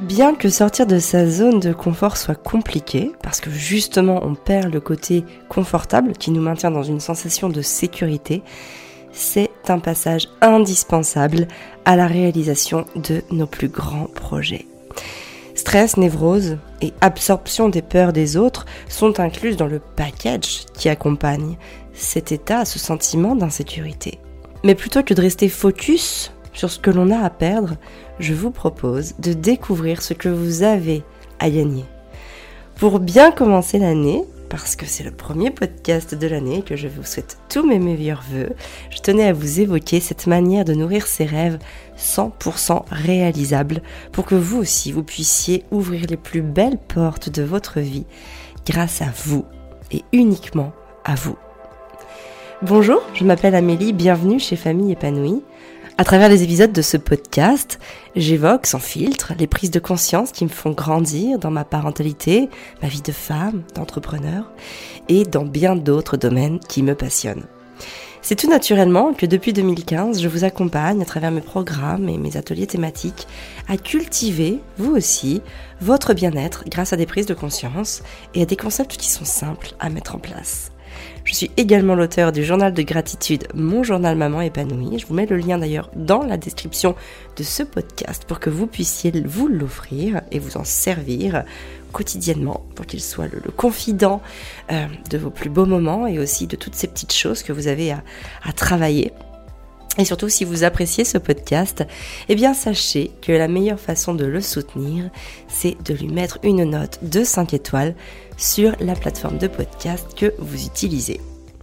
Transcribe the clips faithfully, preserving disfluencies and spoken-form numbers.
Bien que sortir de sa zone de confort soit compliqué, parce que justement on perd le côté confortable qui nous maintient dans une sensation de sécurité, c'est un passage indispensable à la réalisation de nos plus grands projets. Stress, névrose et absorption des peurs des autres sont incluses dans le package qui accompagne cet état, ce sentiment d'insécurité. Mais plutôt que de rester focus sur ce que l'on a à perdre, je vous propose de découvrir ce que vous avez à gagner. Pour bien commencer l'année, parce que c'est le premier podcast de l'année et que je vous souhaite tous mes meilleurs vœux, je tenais à vous évoquer cette manière de nourrir ses rêves cent pour cent réalisables pour que vous aussi vous puissiez ouvrir les plus belles portes de votre vie grâce à vous et uniquement à vous. Bonjour, je m'appelle Amélie, bienvenue chez Famille Épanouie. À travers les épisodes de ce podcast, j'évoque sans filtre les prises de conscience qui me font grandir dans ma parentalité, ma vie de femme, d'entrepreneur et dans bien d'autres domaines qui me passionnent. C'est tout naturellement que depuis deux mille quinze, je vous accompagne à travers mes programmes et mes ateliers thématiques à cultiver, vous aussi, votre bien-être grâce à des prises de conscience et à des concepts qui sont simples à mettre en place. Je suis également l'auteur du journal de gratitude, mon journal Maman Épanouie. Je vous mets le lien d'ailleurs dans la description de ce podcast pour que vous puissiez vous l'offrir et vous en servir quotidiennement pour qu'il soit le, le confident euh, de vos plus beaux moments et aussi de toutes ces petites choses que vous avez à, à travailler. Et surtout, si vous appréciez ce podcast, eh bien sachez que la meilleure façon de le soutenir, c'est de lui mettre une note de cinq étoiles sur la plateforme de podcast que vous utilisez.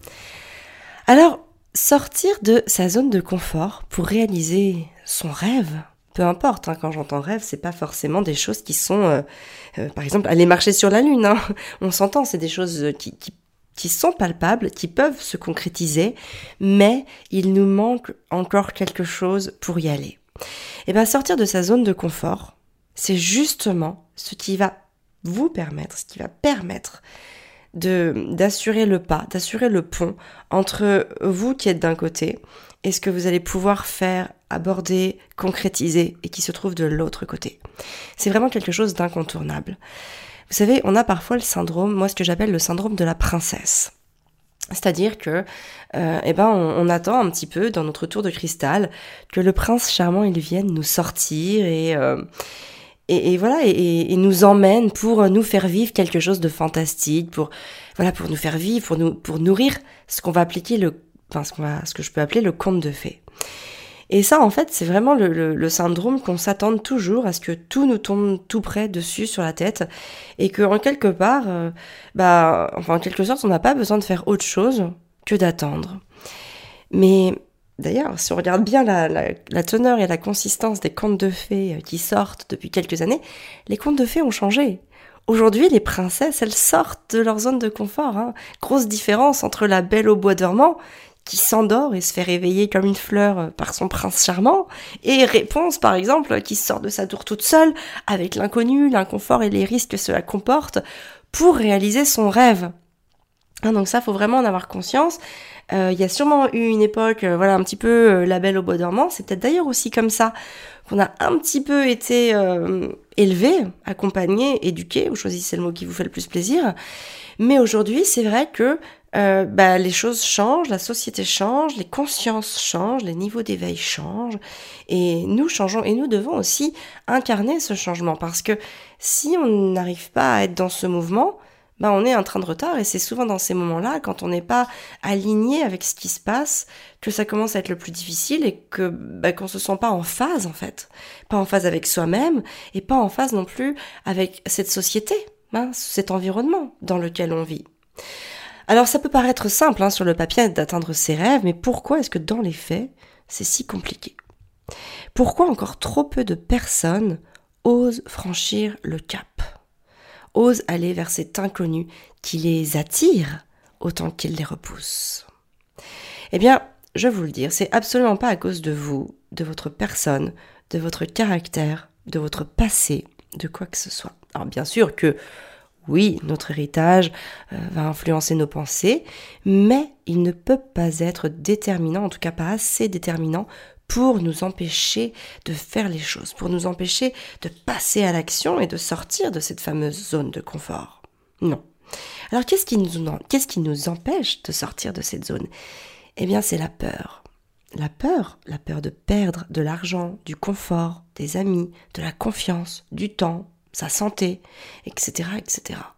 Alors, sortir de sa zone de confort pour réaliser son rêve, peu importe, hein, quand j'entends rêve, c'est pas forcément des choses qui sont, euh, euh, par exemple, aller marcher sur la lune, hein. On s'entend, c'est des choses qui, qui qui sont palpables, qui peuvent se concrétiser, mais il nous manque encore quelque chose pour y aller. Et bien, sortir de sa zone de confort, c'est justement ce qui va vous permettre, ce qui va permettre de, d'assurer le pas, d'assurer le pont entre vous qui êtes d'un côté et ce que vous allez pouvoir faire, aborder, concrétiser et qui se trouve de l'autre côté. C'est vraiment quelque chose d'incontournable. Vous savez, on a parfois le syndrome, moi ce que j'appelle le syndrome de la princesse. C'est-à-dire que, euh, eh ben, on, on attend un petit peu dans notre tour de cristal que le prince charmant il vienne nous sortir et euh, et, et voilà et, et nous emmène pour nous faire vivre quelque chose de fantastique, pour voilà pour nous faire vivre, pour nous pour nourrir ce qu'on va appliquer le, enfin ce qu'on va, ce que je peux appeler le conte de fées. Et ça, en fait, c'est vraiment le, le, le syndrome qu'on s'attende toujours à ce que tout nous tombe tout près dessus sur la tête et que, en quelque part, euh, bah, enfin, en quelque sorte, on n'a pas besoin de faire autre chose que d'attendre. Mais d'ailleurs, si on regarde bien la, la, la teneur et la consistance des contes de fées qui sortent depuis quelques années, les contes de fées ont changé. Aujourd'hui, les princesses, elles sortent de leur zone de confort, hein. Grosse différence entre la Belle au bois dormant, qui s'endort et se fait réveiller comme une fleur par son prince charmant, et Réponse, par exemple, qui sort de sa tour toute seule, avec l'inconnu, l'inconfort et les risques que cela comporte, pour réaliser son rêve. Hein, donc ça, faut vraiment en avoir conscience. Il euh, y a sûrement eu une époque, euh, voilà, un petit peu euh, la Belle au bois dormant, c'est peut-être d'ailleurs aussi comme ça qu'on a un petit peu été euh, élevé, accompagné, éduqué, vous choisissez le mot qui vous fait le plus plaisir, mais aujourd'hui, c'est vrai que Euh, bah, les choses changent, la société change, les consciences changent, les niveaux d'éveil changent et nous changeons et nous devons aussi incarner ce changement parce que si on n'arrive pas à être dans ce mouvement, bah, on est en train de retard et c'est souvent dans ces moments-là, quand on n'est pas aligné avec ce qui se passe, que ça commence à être le plus difficile et que bah, qu'on se sent pas en phase en fait, pas en phase avec soi-même et pas en phase non plus avec cette société, hein, cet environnement dans lequel on vit. Alors ça peut paraître simple hein, sur le papier d'atteindre ses rêves, mais pourquoi est-ce que dans les faits, c'est si compliqué ? Pourquoi encore trop peu de personnes osent franchir le cap ? Osent aller vers cet inconnu qui les attire autant qu'il les repousse ? Eh bien, je vais vous le dire, c'est absolument pas à cause de vous, de votre personne, de votre caractère, de votre passé, de quoi que ce soit. Alors bien sûr que oui, notre héritage euh, va influencer nos pensées, mais il ne peut pas être déterminant, en tout cas pas assez déterminant, pour nous empêcher de faire les choses, pour nous empêcher de passer à l'action et de sortir de cette fameuse zone de confort. Non. Alors qu'est-ce qui nous, qu'est-ce qui nous empêche de sortir de cette zone ? Eh bien, c'est la peur. La peur, la peur de perdre de l'argent, du confort, des amis, de la confiance, du temps, sa santé, et cetera, et cetera.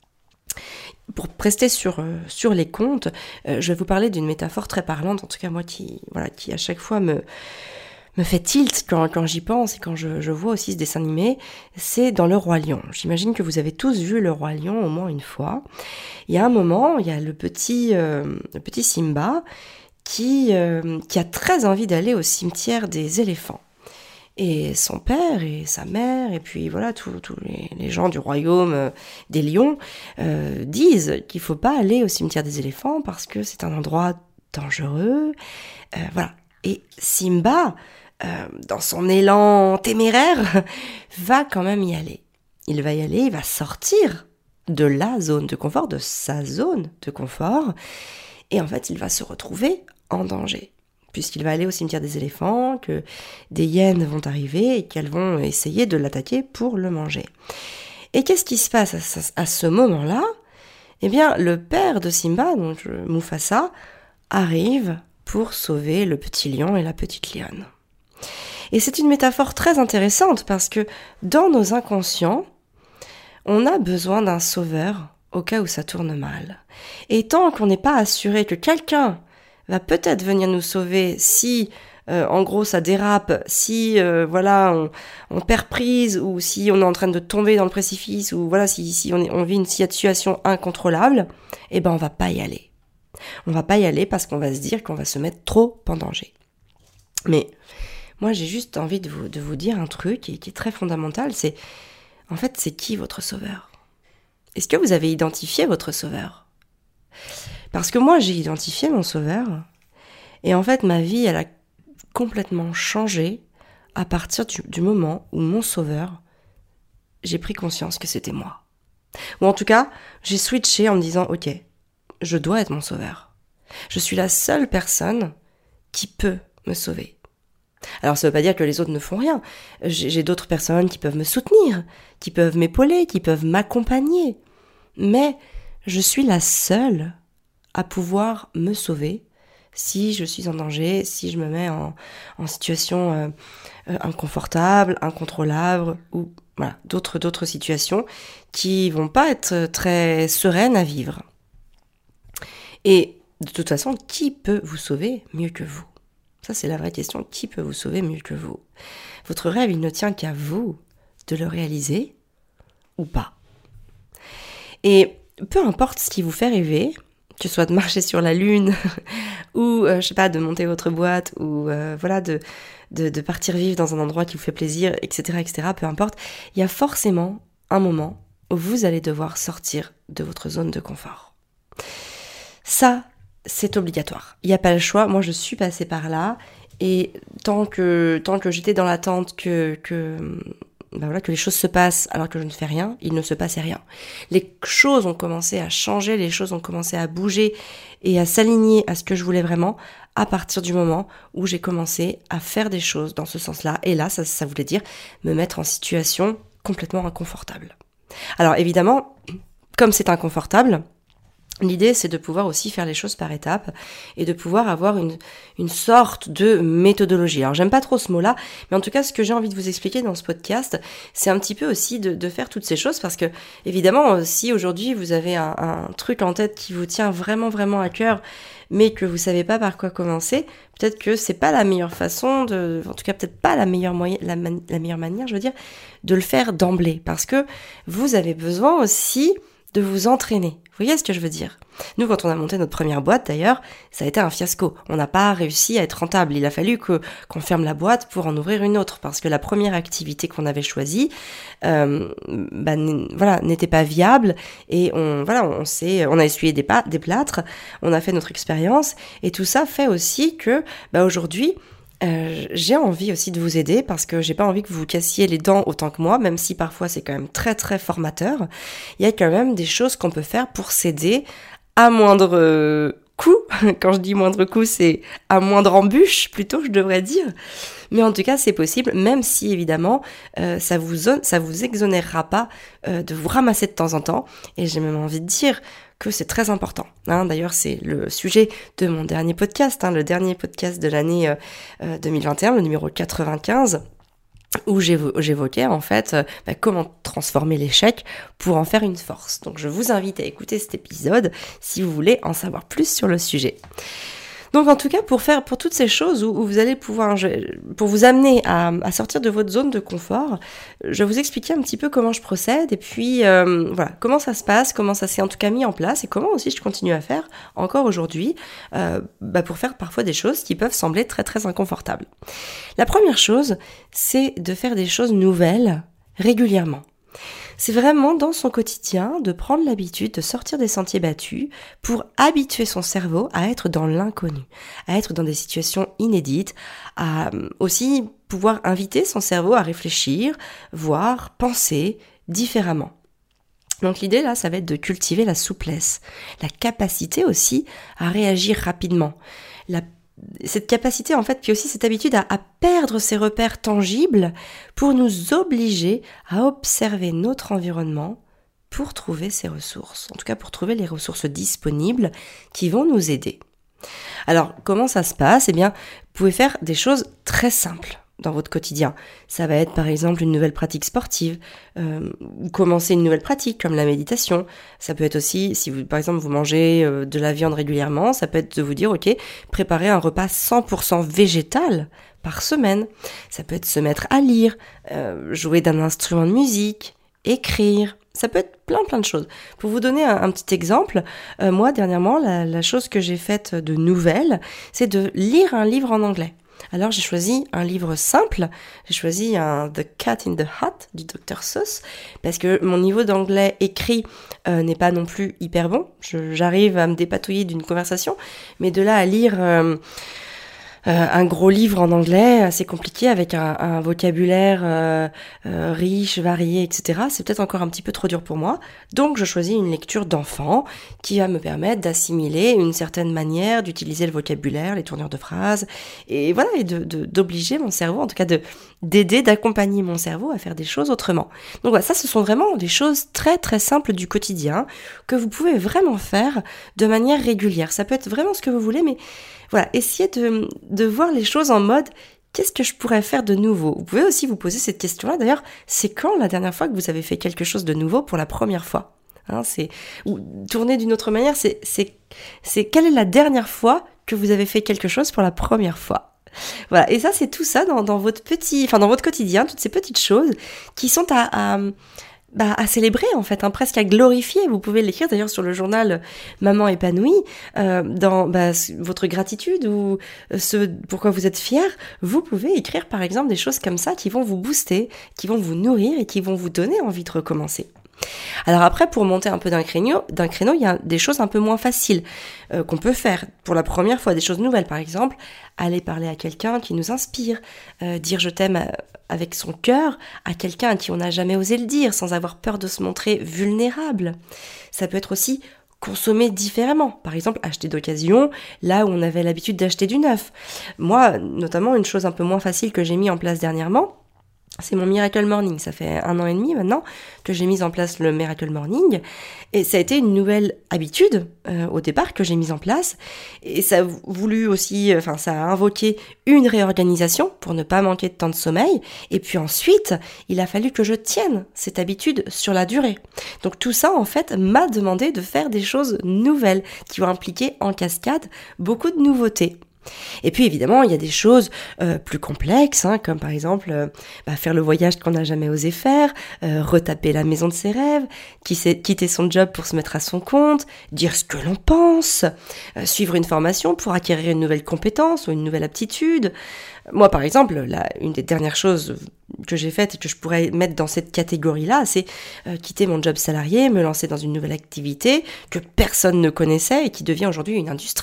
Pour rester sur, euh, sur les comptes, euh, je vais vous parler d'une métaphore très parlante, en tout cas moi qui, voilà, qui à chaque fois me, me fait tilt quand, quand j'y pense et quand je, je vois aussi ce dessin animé, c'est dans Le Roi Lion. J'imagine que vous avez tous vu Le Roi Lion au moins une fois. Il y a un moment, il y a le petit, euh, le petit Simba qui, euh, qui a très envie d'aller au cimetière des éléphants. Et son père et sa mère, et puis voilà, tous les, les gens du royaume euh, des lions euh, disent qu'il faut pas aller au cimetière des éléphants parce que c'est un endroit dangereux. Euh, voilà. Et Simba, euh, dans son élan téméraire, va quand même y aller. Il va y aller, il va sortir de la zone de confort, de sa zone de confort, et en fait, il va se retrouver en danger. Puisqu'il va aller au cimetière des éléphants, que des hyènes vont arriver et qu'elles vont essayer de l'attaquer pour le manger. Et qu'est-ce qui se passe à ce, à ce moment-là ? Eh bien, le père de Simba, donc Mufasa, arrive pour sauver le petit lion et la petite lionne. Et c'est une métaphore très intéressante parce que dans nos inconscients, on a besoin d'un sauveur au cas où ça tourne mal. Et tant qu'on n'est pas assuré que quelqu'un va peut-être venir nous sauver si, euh, en gros, ça dérape, si, euh, voilà, on, on perd prise, ou si on est en train de tomber dans le précipice, ou voilà, si, si on, est, on vit une situation incontrôlable, eh ben, on va pas y aller. On va pas y aller parce qu'on va se dire qu'on va se mettre trop en danger. Mais moi, j'ai juste envie de vous, de vous dire un truc qui, qui est très fondamental, c'est, en fait, c'est qui votre sauveur ? Est-ce que vous avez identifié votre sauveur ? Parce que moi, j'ai identifié mon sauveur, et en fait, ma vie, elle a complètement changé à partir du, du moment où mon sauveur, j'ai pris conscience que c'était moi. Ou en tout cas, j'ai switché en me disant, ok, je dois être mon sauveur. Je suis la seule personne qui peut me sauver. Alors ça veut pas dire que les autres ne font rien. J'ai, j'ai d'autres personnes qui peuvent me soutenir, qui peuvent m'épauler, qui peuvent m'accompagner. Mais je suis la seule à pouvoir me sauver si je suis en danger, si je me mets en, en situation euh, euh, inconfortable, incontrôlable, ou voilà, d'autres, d'autres situations qui vont pas être très sereines à vivre. Et de toute façon, qui peut vous sauver mieux que vous ? Ça, c'est la vraie question. Qui peut vous sauver mieux que vous ? Votre rêve, il ne tient qu'à vous de le réaliser ou pas. Et peu importe ce qui vous fait rêver, que ce soit de marcher sur la lune ou, euh, je sais pas, de monter votre boîte ou euh, voilà, de, de, de partir vivre dans un endroit qui vous fait plaisir, et cetera, et cetera, peu importe, il y a forcément un moment où vous allez devoir sortir de votre zone de confort. Ça, c'est obligatoire. Il n'y a pas le choix. Moi, je suis passée par là et tant que, tant que j'étais dans l'attente que... que Ben voilà, que les choses se passent alors que je ne fais rien, il ne se passait rien. Les choses ont commencé à changer, les choses ont commencé à bouger et à s'aligner à ce que je voulais vraiment à partir du moment où j'ai commencé à faire des choses dans ce sens-là. Et là, ça, ça voulait dire me mettre en situation complètement inconfortable. Alors évidemment, comme c'est inconfortable, l'idée, c'est de pouvoir aussi faire les choses par étapes et de pouvoir avoir une, une sorte de méthodologie. Alors, j'aime pas trop ce mot-là, mais en tout cas, ce que j'ai envie de vous expliquer dans ce podcast, c'est un petit peu aussi de, de faire toutes ces choses parce que, évidemment, si aujourd'hui vous avez un, un truc en tête qui vous tient vraiment, vraiment à cœur, mais que vous savez pas par quoi commencer, peut-être que c'est pas la meilleure façon de, en tout cas, peut-être pas la meilleure moyen, la, man, la meilleure manière, je veux dire, de le faire d'emblée parce que vous avez besoin aussi de vous entraîner. Vous voyez ce que je veux dire ? Nous, quand on a monté notre première boîte, d'ailleurs, ça a été un fiasco. On n'a pas réussi à être rentable. Il a fallu que, qu'on ferme la boîte pour en ouvrir une autre, parce que la première activité qu'on avait choisie, euh, bah, n- voilà, n'était pas viable. Et on, voilà, on s'est, on a essuyé des, pa- des plâtres, on a fait notre expérience, et tout ça fait aussi que, bah, aujourd'hui, Euh, j'ai envie aussi de vous aider parce que j'ai pas envie que vous vous cassiez les dents autant que moi, même si parfois c'est quand même très très formateur. Il y a quand même des choses qu'on peut faire pour s'aider à moindre coût. Quand je dis moindre coût, c'est à moindre embûche, plutôt, je devrais dire. Mais en tout cas, c'est possible, même si, évidemment, euh, ça vous ça vous exonérera pas euh, de vous ramasser de temps en temps. Et j'ai même envie de dire que c'est très important. Hein. D'ailleurs, c'est le sujet de mon dernier podcast, hein, le dernier podcast de l'année euh, deux mille vingt et un, le numéro quatre-vingt-quinze, où j'évo- j'évoquais en fait euh, bah, comment transformer l'échec pour en faire une force. Donc je vous invite à écouter cet épisode si vous voulez en savoir plus sur le sujet. Donc en tout cas, pour faire pour toutes ces choses où, où vous allez pouvoir, je, pour vous amener à, à sortir de votre zone de confort, je vais vous expliquer un petit peu comment je procède et puis euh, voilà, comment ça se passe, comment ça s'est en tout cas mis en place et comment aussi je continue à faire encore aujourd'hui euh, bah pour faire parfois des choses qui peuvent sembler très très inconfortables. La première chose, c'est de faire des choses nouvelles régulièrement. C'est vraiment dans son quotidien de prendre l'habitude de sortir des sentiers battus pour habituer son cerveau à être dans l'inconnu, à être dans des situations inédites, à aussi pouvoir inviter son cerveau à réfléchir, voir, penser différemment. Donc l'idée là, ça va être de cultiver la souplesse, la capacité aussi à réagir rapidement, la cette capacité en fait, puis aussi cette habitude à, à perdre ses repères tangibles pour nous obliger à observer notre environnement pour trouver ses ressources, en tout cas pour trouver les ressources disponibles qui vont nous aider. Alors comment ça se passe ? Eh bien, vous pouvez faire des choses très simples dans votre quotidien. Ça va être par exemple une nouvelle pratique sportive, euh, commencer une nouvelle pratique comme la méditation. Ça peut être aussi, si vous, par exemple vous mangez euh, de la viande régulièrement, ça peut être de vous dire ok, préparer un repas cent pour cent végétal par semaine. Ça peut être se mettre à lire, euh, jouer d'un instrument de musique, écrire. Ça peut être plein plein de choses. Pour vous donner un, un petit exemple, euh, moi dernièrement, la, la chose que j'ai faite de nouvelle, c'est de lire un livre en anglais. Alors j'ai choisi un livre simple, j'ai choisi un The Cat in the Hat du docteur Seuss, parce que mon niveau d'anglais écrit euh, n'est pas non plus hyper bon, Je, j'arrive à me dépatouiller d'une conversation, mais de là à lire euh, euh, un gros livre en anglais, assez compliqué, avec un, un vocabulaire euh, euh, riche, varié, et cetera, c'est peut-être encore un petit peu trop dur pour moi, donc je choisis une lecture d'enfant qui va me permettre d'assimiler une certaine manière d'utiliser le vocabulaire, les tournures de phrases, et voilà, et de, de, d'obliger mon cerveau, en tout cas de, d'aider, d'accompagner mon cerveau à faire des choses autrement. Donc voilà, ça ce sont vraiment des choses très très simples du quotidien que vous pouvez vraiment faire de manière régulière. Ça peut être vraiment ce que vous voulez, mais voilà, essayez de, de voir les choses en mode qu'est-ce que je pourrais faire de nouveau ? Vous pouvez aussi vous poser cette question-là. D'ailleurs, c'est quand la dernière fois que vous avez fait quelque chose de nouveau pour la première fois ? Hein, c'est, ou tourner d'une autre manière, c'est, c'est, c'est quelle est la dernière fois que vous avez fait quelque chose pour la première fois ? Voilà, et ça c'est tout ça dans, dans votre petit, enfin dans votre quotidien, toutes ces petites choses qui sont à, à Bah, à célébrer en fait, hein, presque à glorifier. Vous pouvez l'écrire d'ailleurs sur le journal Maman épanouie, euh, dans bah, votre gratitude ou ce pourquoi vous êtes fier. Vous pouvez écrire par exemple des choses comme ça qui vont vous booster, qui vont vous nourrir et qui vont vous donner envie de recommencer. Alors après, pour monter un peu d'un créneau, d'un créneau, il y a des choses un peu moins faciles euh, qu'on peut faire pour la première fois, des choses nouvelles. Par exemple, aller parler à quelqu'un qui nous inspire, euh, dire je t'aime avec son cœur à quelqu'un à qui on n'a jamais osé le dire, sans avoir peur de se montrer vulnérable. Ça peut être aussi consommer différemment. Par exemple, acheter d'occasion là où on avait l'habitude d'acheter du neuf. Moi, notamment, une chose un peu moins facile que j'ai mis en place dernièrement, c'est mon Miracle Morning. Ça fait un an et demi maintenant que j'ai mis en place le Miracle Morning. Et ça a été une nouvelle habitude euh, au départ que j'ai mise en place. Et ça a voulu aussi, enfin ça a invoqué une réorganisation pour ne pas manquer de temps de sommeil. Et puis ensuite, il a fallu que je tienne cette habitude sur la durée. Donc tout ça, en fait, m'a demandé de faire des choses nouvelles qui ont impliqué en cascade beaucoup de nouveautés. Et puis évidemment, il y a des choses euh, plus complexes, hein, comme par exemple euh, bah, faire le voyage qu'on n'a jamais osé faire, euh, retaper la maison de ses rêves, quitter son job pour se mettre à son compte, dire ce que l'on pense, euh, suivre une formation pour acquérir une nouvelle compétence ou une nouvelle aptitude. Moi, par exemple, là, une des dernières choses que j'ai faites et que je pourrais mettre dans cette catégorie-là, c'est euh, quitter mon job salarié, me lancer dans une nouvelle activité que personne ne connaissait et qui devient aujourd'hui une industrie.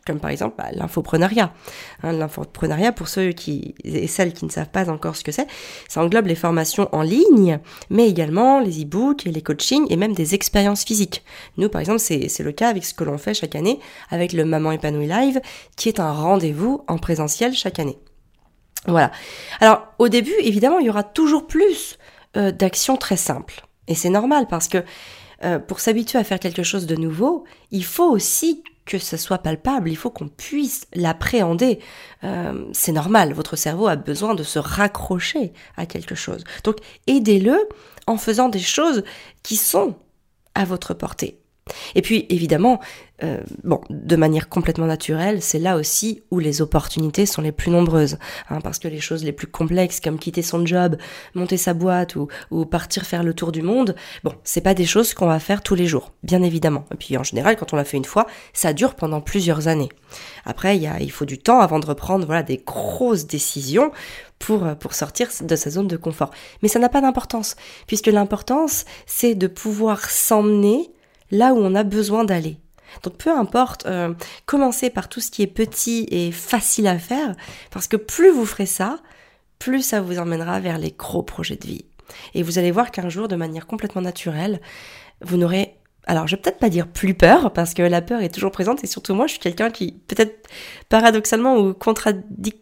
comme par exemple bah, l'infopreneuriat. Hein, l'infopreneuriat, pour ceux qui et celles qui ne savent pas encore ce que c'est, ça englobe les formations en ligne, mais également les e-books, et les coachings et même des expériences physiques. Nous, par exemple, c'est, c'est le cas avec ce que l'on fait chaque année avec le Maman Épanouie Live, qui est un rendez-vous en présentiel chaque année. Voilà. Alors, au début, évidemment, il y aura toujours plus euh, d'actions très simples. Et c'est normal parce que euh, pour s'habituer à faire quelque chose de nouveau, il faut aussi que ça soit palpable, il faut qu'on puisse l'appréhender. Euh, c'est normal, votre cerveau a besoin de se raccrocher à quelque chose. Donc, aidez-le en faisant des choses qui sont à votre portée. Et puis, évidemment, euh, bon, de manière complètement naturelle, c'est là aussi où les opportunités sont les plus nombreuses. Hein, parce que les choses les plus complexes, comme quitter son job, monter sa boîte ou, ou partir faire le tour du monde, bon, c'est pas des choses qu'on va faire tous les jours, bien évidemment. Et puis, en général, quand on l'a fait une fois, ça dure pendant plusieurs années. Après, il y a, il faut du temps avant de reprendre, voilà, des grosses décisions pour, pour sortir de sa zone de confort. Mais ça n'a pas d'importance, puisque l'importance, c'est de pouvoir s'emmener là où on a besoin d'aller. Donc peu importe, euh, commencez par tout ce qui est petit et facile à faire, parce que plus vous ferez ça, plus ça vous emmènera vers les gros projets de vie. Et vous allez voir qu'un jour, de manière complètement naturelle, vous n'aurez, alors je vais peut-être pas dire plus peur, parce que la peur est toujours présente, et surtout moi, je suis quelqu'un qui, peut-être paradoxalement ou contradictoirement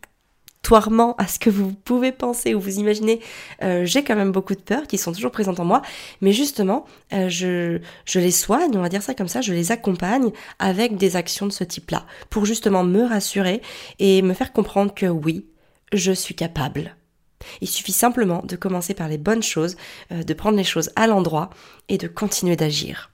à ce que vous pouvez penser ou vous imaginez, euh, j'ai quand même beaucoup de peurs qui sont toujours présentes en moi, mais justement, euh, je, je les soigne, on va dire ça comme ça, je les accompagne avec des actions de ce type-là, pour justement me rassurer et me faire comprendre que oui, je suis capable. Il suffit simplement de commencer par les bonnes choses, euh, de prendre les choses à l'endroit et de continuer d'agir.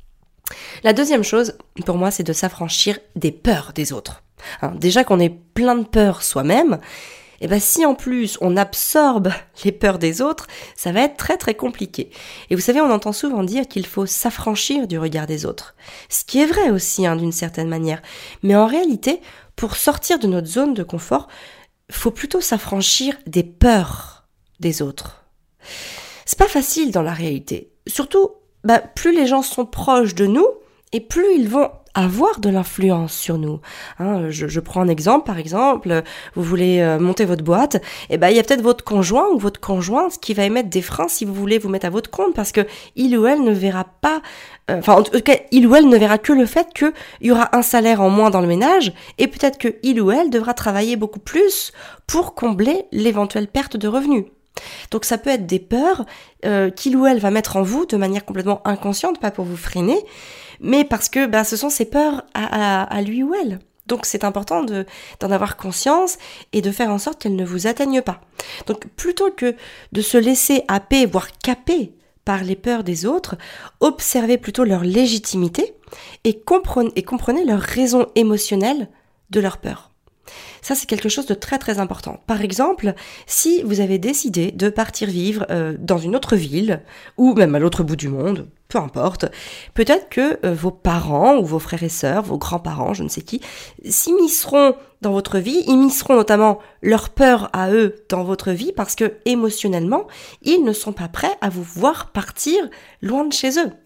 La deuxième chose, pour moi, c'est de s'affranchir des peurs des autres. Hein, déjà qu'on est plein de peurs soi-même, et ben si en plus on absorbe les peurs des autres, ça va être très très compliqué. Et vous savez, on entend souvent dire qu'il faut s'affranchir du regard des autres. Ce qui est vrai aussi, hein, d'une certaine manière. Mais en réalité, pour sortir de notre zone de confort, il faut plutôt s'affranchir des peurs des autres. C'est pas facile dans la réalité. Surtout, bah, plus les gens sont proches de nous, et plus ils vont avoir de l'influence sur nous. Hein, je, je prends un exemple, par exemple, vous voulez euh, monter votre boîte, et ben il y a peut-être votre conjoint ou votre conjointe qui va émettre des freins si vous voulez vous mettre à votre compte, parce que il ou elle ne verra pas, euh, enfin en tout cas il ou elle ne verra que le fait qu'il y aura un salaire en moins dans le ménage, et peut-être que il ou elle devra travailler beaucoup plus pour combler l'éventuelle perte de revenus. Donc ça peut être des peurs euh, qu'il ou elle va mettre en vous de manière complètement inconsciente, pas pour vous freiner, mais parce que bah, ce sont ses peurs à, à, à lui ou elle. Donc c'est important de, d'en avoir conscience et de faire en sorte qu'elles ne vous atteignent pas. Donc plutôt que de se laisser happer, voire caper par les peurs des autres, observez plutôt leur légitimité et comprenez, et comprenez leurs raisons émotionnelles de leurs peurs. Ça, c'est quelque chose de très très important. Par exemple, si vous avez décidé de partir vivre euh, dans une autre ville, ou même à l'autre bout du monde, peu importe, peut-être que euh, vos parents ou vos frères et sœurs, vos grands-parents, je ne sais qui, s'immisceront dans votre vie, immisceront notamment leur peur à eux dans votre vie, parce que émotionnellement, ils ne sont pas prêts à vous voir partir loin de chez eux.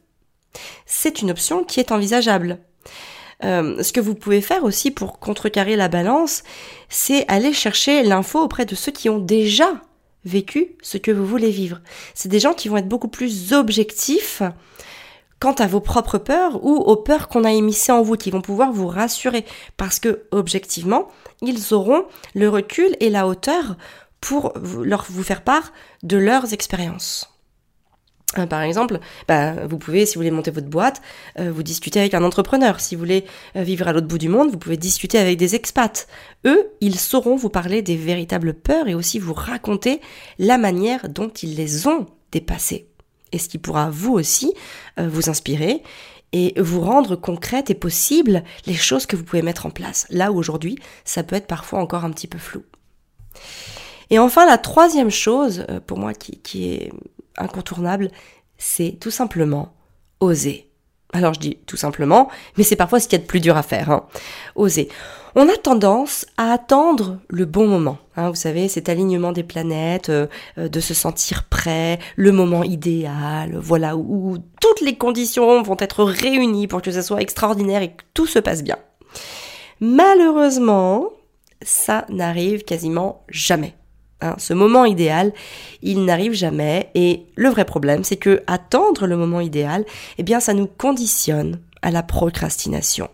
C'est une option qui est envisageable. Euh, ce que vous pouvez faire aussi pour contrecarrer la balance, c'est aller chercher l'info auprès de ceux qui ont déjà vécu ce que vous voulez vivre. C'est des gens qui vont être beaucoup plus objectifs quant à vos propres peurs ou aux peurs qu'on a émissées en vous, qui vont pouvoir vous rassurer, parce que objectivement, ils auront le recul et la hauteur pour vous, leur, vous faire part de leurs expériences. Par exemple, bah, vous pouvez, si vous voulez monter votre boîte, euh, vous discuter avec un entrepreneur. Si vous voulez euh, vivre à l'autre bout du monde, vous pouvez discuter avec des expats. Eux, ils sauront vous parler des véritables peurs et aussi vous raconter la manière dont ils les ont dépassées. Et ce qui pourra vous aussi euh, vous inspirer et vous rendre concrètes et possibles les choses que vous pouvez mettre en place. Là où aujourd'hui, ça peut être parfois encore un petit peu flou. Et enfin, la troisième chose, euh, pour moi, qui, qui est incontournable, c'est tout simplement oser. Alors je dis tout simplement, mais c'est parfois ce qu'il y a de plus dur à faire. Hein. Oser. On a tendance à attendre le bon moment. Hein, vous savez, cet alignement des planètes, euh, de se sentir prêt, le moment idéal, voilà, où, où toutes les conditions vont être réunies pour que ça soit extraordinaire et que tout se passe bien. Malheureusement, ça n'arrive quasiment jamais. Hein, ce moment idéal, il n'arrive jamais. Et le vrai problème, c'est que attendre le moment idéal, eh bien, ça nous conditionne à la procrastination.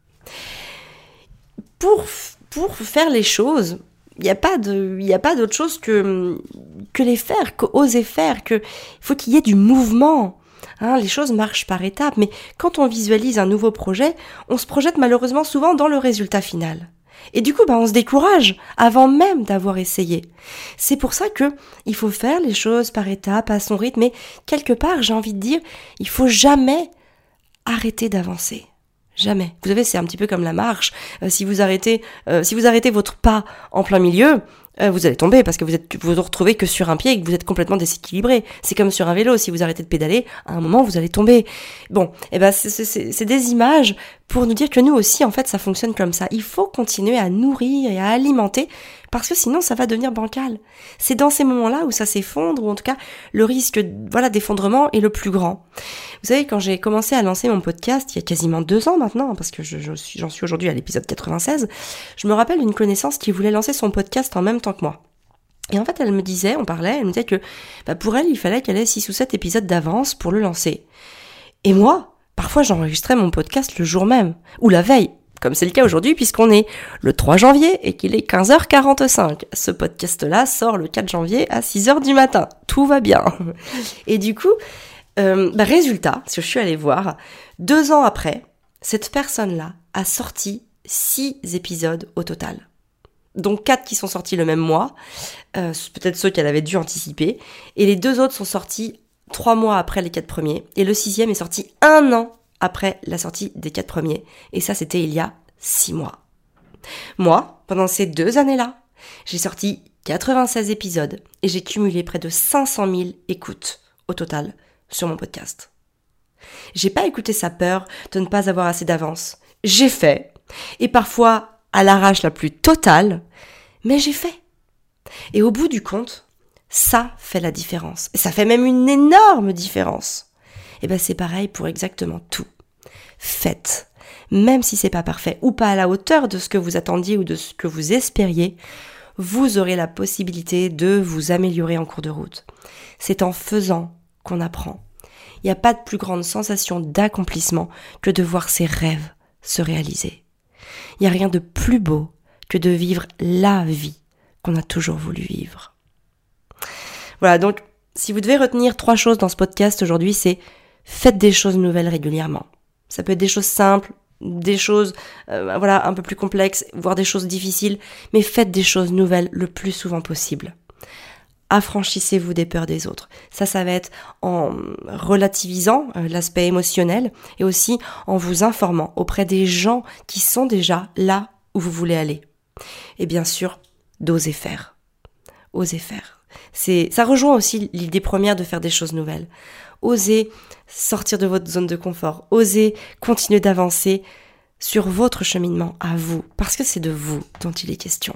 Pour, pour faire les choses, il n'y a pas de, il n'y a pas d'autre chose que, que les faire, qu'oser faire, que, il faut qu'il y ait du mouvement. Hein, les choses marchent par étapes, mais quand on visualise un nouveau projet, on se projette malheureusement souvent dans le résultat final. Et du coup, bah, on se décourage avant même d'avoir essayé. C'est pour ça que il faut faire les choses par étapes, à son rythme, mais quelque part, j'ai envie de dire, il faut jamais arrêter d'avancer. Jamais. Vous savez, c'est un petit peu comme la marche. Euh, si vous arrêtez, euh, si vous arrêtez votre pas en plein milieu, euh, vous allez tomber parce que vous êtes, vous vous retrouvez que sur un pied et que vous êtes complètement déséquilibré. C'est comme sur un vélo. Si vous arrêtez de pédaler, à un moment, vous allez tomber. Bon, eh ben, c'est, c'est, c'est des images pour nous dire que nous aussi, en fait, ça fonctionne comme ça. Il faut continuer à nourrir et à alimenter parce que sinon, ça va devenir bancal. C'est dans ces moments-là où ça s'effondre, ou en tout cas, le risque, voilà, d'effondrement est le plus grand. Vous savez, quand j'ai commencé à lancer mon podcast, il y a quasiment deux ans maintenant, parce que je, je suis, j'en suis aujourd'hui à l'épisode quatre-vingt-seize, je me rappelle d'une connaissance qui voulait lancer son podcast en même temps que moi. Et en fait, elle me disait, on parlait, elle me disait que bah, pour elle, il fallait qu'elle ait six ou sept épisodes d'avance pour le lancer. Et moi, parfois, j'enregistrais mon podcast le jour même, ou la veille, comme c'est le cas aujourd'hui, puisqu'on est le trois janvier et qu'il est quinze heures quarante-cinq. Ce podcast-là sort le quatre janvier à six heures du matin. Tout va bien. Et du coup, euh, bah, résultat, ce que je suis allée voir, deux ans après, cette personne-là a sorti six épisodes au total. Donc quatre qui sont sortis le même mois, euh, peut-être ceux qu'elle avait dû anticiper, et les deux autres sont sortis trois mois après les quatre premiers, et le sixième est sorti un an après la sortie des quatre premiers. Et ça, c'était il y a six mois. Moi, pendant ces deux années-là, j'ai sorti quatre-vingt-seize épisodes et j'ai cumulé près de cinq cent mille écoutes au total sur mon podcast. J'ai pas écouté sa peur de ne pas avoir assez d'avance. J'ai fait. Et parfois, à l'arrache la plus totale, mais j'ai fait. Et au bout du compte, ça fait la différence. Et ça fait même une énorme différence. Et ben c'est pareil pour exactement tout. Faites, même si c'est pas parfait ou pas à la hauteur de ce que vous attendiez ou de ce que vous espériez, vous aurez la possibilité de vous améliorer en cours de route. C'est en faisant qu'on apprend. Il n'y a pas de plus grande sensation d'accomplissement que de voir ses rêves se réaliser. Il n'y a rien de plus beau que de vivre la vie qu'on a toujours voulu vivre. Voilà, donc si vous devez retenir trois choses dans ce podcast aujourd'hui, c'est faites des choses nouvelles régulièrement. Ça peut être des choses simples, des choses euh, voilà, un peu plus complexes, voire des choses difficiles, mais faites des choses nouvelles le plus souvent possible. Affranchissez-vous des peurs des autres. Ça, ça va être en relativisant euh, l'aspect émotionnel et aussi en vous informant auprès des gens qui sont déjà là où vous voulez aller. Et bien sûr, d'oser faire. Oser faire. C'est, ça rejoint aussi l'idée première de faire des choses nouvelles. Osez sortir de votre zone de confort. Osez continuer d'avancer sur votre cheminement à vous, parce que c'est de vous dont il est question.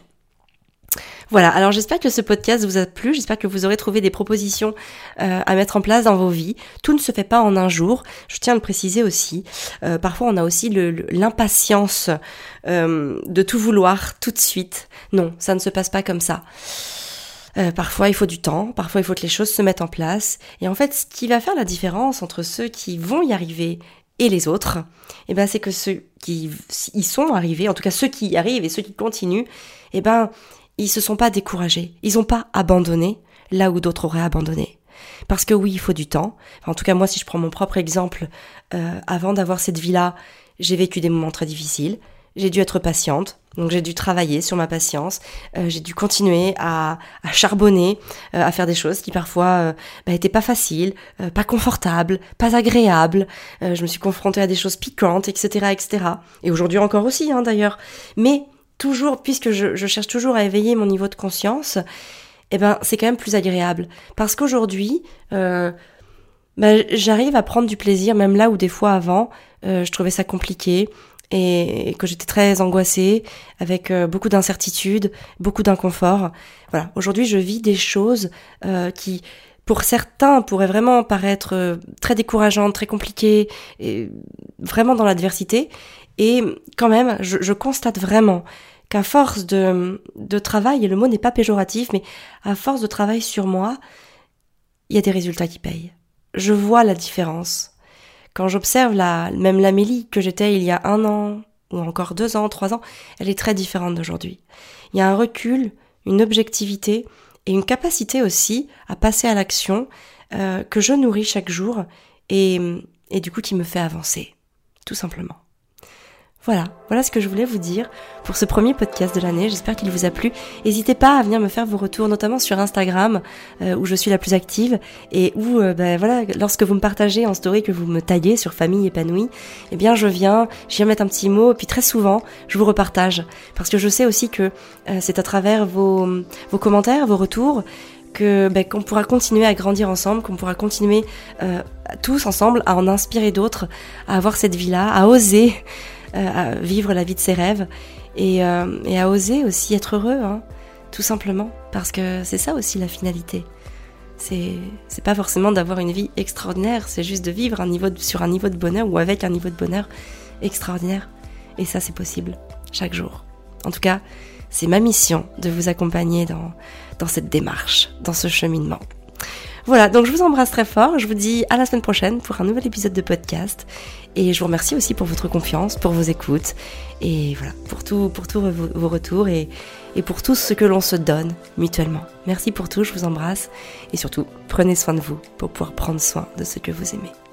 Voilà, alors j'espère que ce podcast vous a plu, j'espère que vous aurez trouvé des propositions euh, à mettre en place dans vos vies. Tout ne se fait pas en un jour, je tiens à le préciser aussi. Euh, parfois on a aussi le, le, l'impatience euh, de tout vouloir tout de suite. Non, ça ne se passe pas comme ça. Euh, parfois il faut du temps, parfois il faut que les choses se mettent en place. Et en fait, ce qui va faire la différence entre ceux qui vont y arriver et les autres, eh ben, c'est que ceux qui y sont arrivés, en tout cas ceux qui y arrivent et ceux qui continuent, eh ben, ils se sont pas découragés. Ils ont pas abandonné là où d'autres auraient abandonné. Parce que oui, il faut du temps. Enfin, en tout cas, moi, si je prends mon propre exemple, euh, avant d'avoir cette vie-là, j'ai vécu des moments très difficiles. J'ai dû être patiente, donc j'ai dû travailler sur ma patience, euh, j'ai dû continuer à, à charbonner, euh, à faire des choses qui parfois euh, bah, étaient pas faciles, euh, pas confortables, pas agréables. Euh, je me suis confrontée à des choses piquantes, et cetera, et cetera. Et aujourd'hui encore aussi, hein, d'ailleurs. Mais toujours, puisque je, je cherche toujours à éveiller mon niveau de conscience, eh ben c'est quand même plus agréable. Parce qu'aujourd'hui, euh, bah, j'arrive à prendre du plaisir, même là où des fois avant, euh, je trouvais ça compliqué. Et que j'étais très angoissée, avec euh, beaucoup d'incertitudes, beaucoup d'inconfort. Voilà, aujourd'hui je vis des choses euh, qui, pour certains, pourraient vraiment paraître euh, très décourageantes, très compliquées, et vraiment dans l'adversité. Et quand même, je, je constate vraiment qu'à force de, de travail, et le mot n'est pas péjoratif, mais à force de travail sur moi, il y a des résultats qui payent. Je vois la différence. Quand j'observe la, même l'Amélie que j'étais il y a un an, ou encore deux ans, trois ans, elle est très différente d'aujourd'hui. Il y a un recul, une objectivité et une capacité aussi à passer à l'action euh, que je nourris chaque jour et, et du coup qui me fait avancer, tout simplement. Voilà, voilà ce que je voulais vous dire pour ce premier podcast de l'année. J'espère qu'il vous a plu. N'hésitez pas à venir me faire vos retours, notamment sur Instagram, euh, où je suis la plus active, et où, euh, ben voilà, lorsque vous me partagez en story, que vous me taguez sur Famille Épanouie, eh bien je viens, je viens mettre un petit mot, et puis très souvent, je vous repartage, parce que je sais aussi que euh, c'est à travers vos, vos commentaires, vos retours, que ben, qu'on pourra continuer à grandir ensemble, qu'on pourra continuer euh, tous ensemble à en inspirer d'autres, à avoir cette vie-là, à oser à vivre la vie de ses rêves et, euh, et à oser aussi être heureux, hein, tout simplement, parce que c'est ça aussi la finalité. C'est, c'est pas forcément d'avoir une vie extraordinaire, c'est juste de vivre un niveau de, sur un niveau de bonheur ou avec un niveau de bonheur extraordinaire. Et ça, c'est possible, chaque jour. En tout cas, c'est ma mission de vous accompagner dans, dans cette démarche, dans ce cheminement. Voilà, donc je vous embrasse très fort, je vous dis à la semaine prochaine pour un nouvel épisode de podcast et je vous remercie aussi pour votre confiance, pour vos écoutes et voilà, pour tout, pour tous vos, vos retours et, et pour tout ce que l'on se donne mutuellement. Merci pour tout, je vous embrasse et surtout prenez soin de vous pour pouvoir prendre soin de ce que vous aimez.